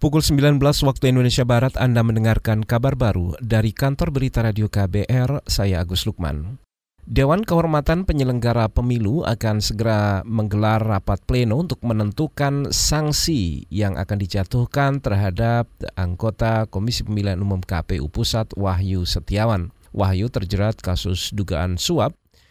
Pukul 19 waktu Indonesia Barat, Anda mendengarkan kabar baru dari kantor berita Radio KBR, saya Agus Lukman. Dewan Kehormatan Penyelenggara Pemilu akan segera menggelar rapat pleno untuk menentukan sanksi yang akan dijatuhkan terhadap anggota Komisi Pemilihan Umum KPU Pusat Wahyu Setiawan. Wahyu terjerat kasus dugaan suap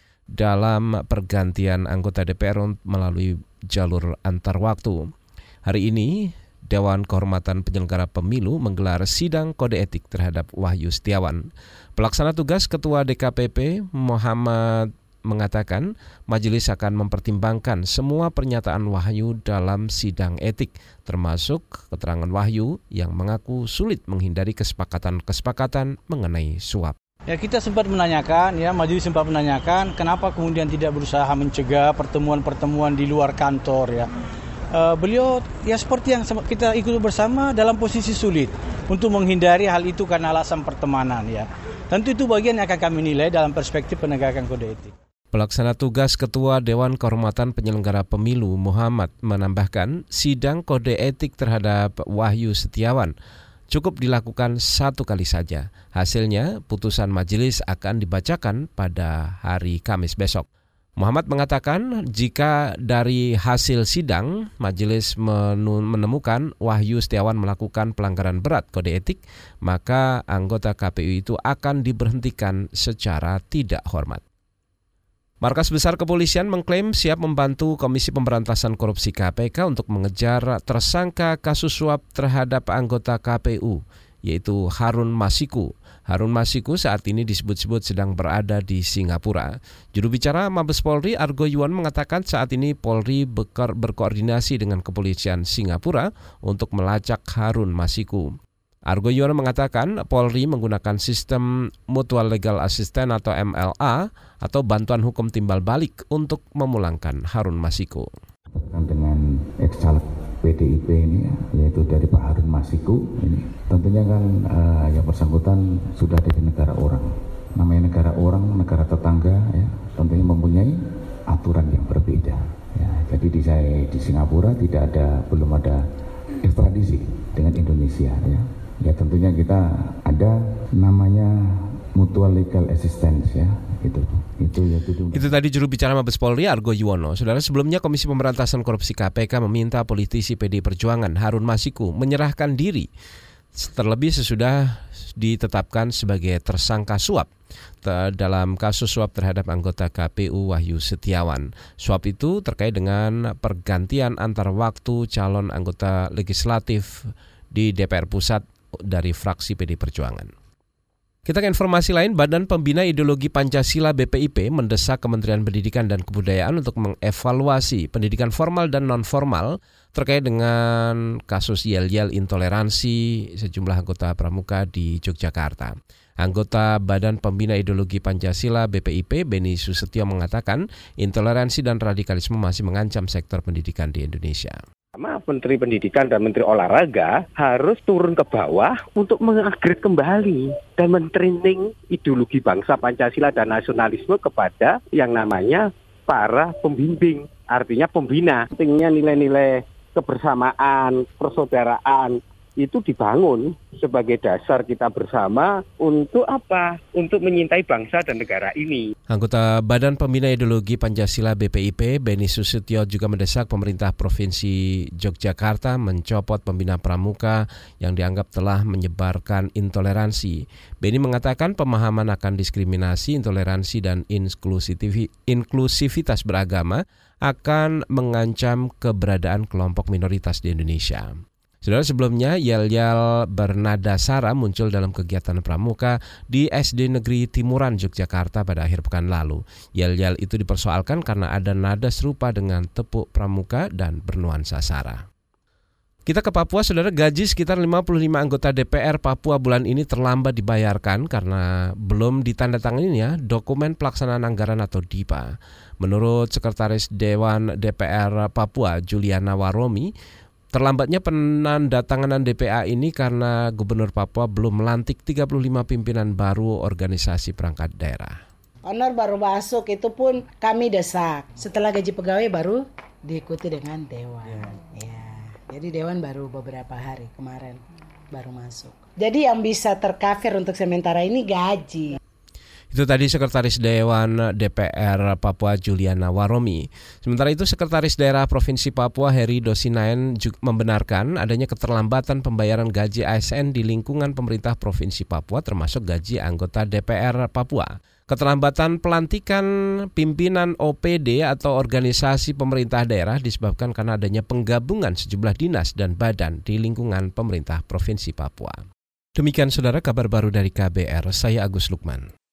dalam pergantian anggota DPR melalui jalur antar waktu. Hari ini, Dewan Kehormatan Penyelenggara Pemilu menggelar sidang kode etik terhadap Wahyu Setiawan. Pelaksana tugas Ketua DKPP Muhammad mengatakan majelis akan mempertimbangkan semua pernyataan Wahyu dalam sidang etik, termasuk keterangan Wahyu yang mengaku sulit menghindari kesepakatan-kesepakatan mengenai suap. Ya, kita sempat menanyakan, majelis sempat menanyakan kenapa kemudian tidak berusaha mencegah pertemuan-pertemuan di luar kantor, ya. Beliau seperti yang kita ikuti bersama dalam posisi sulit untuk menghindari hal itu karena alasan pertemanan, ya. Tentu itu bagian yang akan kami nilai dalam perspektif penegakan kode etik. Pelaksana tugas Ketua Dewan Kehormatan Penyelenggara Pemilu Muhammad menambahkan sidang kode etik terhadap Wahyu Setiawan cukup dilakukan satu kali saja. Hasilnya putusan majelis akan dibacakan pada hari Kamis besok. Muhammad mengatakan jika dari hasil sidang majelis menemukan Wahyu Setiawan melakukan pelanggaran berat kode etik, maka anggota KPU itu akan diberhentikan secara tidak hormat. Markas Besar Kepolisian mengklaim siap membantu Komisi Pemberantasan Korupsi KPK untuk mengejar tersangka kasus suap terhadap anggota KPU, yaitu Harun Masiku. Harun Masiku saat ini disebut-sebut sedang berada di Singapura. Juru bicara Mabes Polri Argo Yuwono mengatakan saat ini Polri berkoordinasi dengan kepolisian Singapura untuk melacak Harun Masiku. Argo Yuwono mengatakan Polri menggunakan sistem Mutual Legal Assistance atau MLA atau bantuan hukum timbal balik untuk memulangkan Harun Masiku. Dengan ex-caleg PDIP ini, yaitu dari Pak Harun Masiku ini, tentunya kan yang bersangkutan sudah dari negara orang. Namanya negara orang, negara tetangga, ya, tentunya mempunyai aturan yang berbeda. Ya, jadi di Singapura belum ada ekstradisi dengan Indonesia. Ya tentunya kita ada namanya Mutual Legal Assistance, ya. Itu tadi juru bicara Mabes Polri Argo Yuwono. Saudara, sebelumnya Komisi Pemberantasan Korupsi KPK meminta politisi PD Perjuangan Harun Masiku menyerahkan diri terlebih sesudah ditetapkan sebagai tersangka suap dalam kasus suap terhadap anggota KPU Wahyu Setiawan. Suap itu terkait dengan pergantian antar waktu calon anggota legislatif di DPR Pusat dari fraksi PD Perjuangan. Kita ke informasi lain, Badan Pembina Ideologi Pancasila BPIP mendesak Kementerian Pendidikan dan Kebudayaan untuk mengevaluasi pendidikan formal dan non-formal terkait dengan kasus yel-yel intoleransi sejumlah anggota pramuka di Yogyakarta. Anggota Badan Pembina Ideologi Pancasila BPIP, Beni Susetio mengatakan intoleransi dan radikalisme masih mengancam sektor pendidikan di Indonesia. Menteri Pendidikan dan Menteri Olahraga harus turun ke bawah untuk mengupgrade kembali dan men-training ideologi bangsa Pancasila dan nasionalisme kepada yang namanya para pembimbing, artinya pembina. Pentingnya nilai-nilai kebersamaan, persaudaraan itu dibangun sebagai dasar kita bersama untuk apa? Untuk menyintai bangsa dan negara ini. Anggota Badan Pembina Ideologi Pancasila BPIP, Beni Susetio juga mendesak pemerintah Provinsi Yogyakarta mencopot pembina pramuka yang dianggap telah menyebarkan intoleransi. Beni mengatakan pemahaman akan diskriminasi, intoleransi, dan inklusivitas beragama akan mengancam keberadaan kelompok minoritas di Indonesia. Saudara, sebelumnya yel-yel bernada sara muncul dalam kegiatan pramuka di SD Negeri Timuran Yogyakarta pada akhir pekan lalu. Yel-yel itu dipersoalkan karena ada nada serupa dengan tepuk pramuka dan bernuansa sara. Kita ke Papua, saudara. Gaji sekitar 55 anggota DPR Papua bulan ini terlambat dibayarkan karena belum ditandatangani dokumen pelaksanaan anggaran atau DIPA. Menurut Sekretaris Dewan DPR Papua Juliana Waromi, terlambatnya penandatanganan DPA ini karena Gubernur Papua belum melantik 35 pimpinan baru organisasi perangkat daerah. Honor baru masuk, itu pun kami desak. Setelah gaji pegawai baru diikuti dengan dewan. Ya. Jadi Dewan baru beberapa hari kemarin baru masuk. Jadi yang bisa tercover untuk sementara ini gaji. Itu tadi Sekretaris Dewan DPR Papua Juliana Waromi. Sementara itu Sekretaris Daerah Provinsi Papua Heri Dosinaen juga membenarkan adanya keterlambatan pembayaran gaji ASN di lingkungan pemerintah Provinsi Papua termasuk gaji anggota DPR Papua. Keterlambatan pelantikan pimpinan OPD atau organisasi pemerintah daerah disebabkan karena adanya penggabungan sejumlah dinas dan badan di lingkungan pemerintah Provinsi Papua. Demikian saudara kabar baru dari KBR, saya Agus Lukman.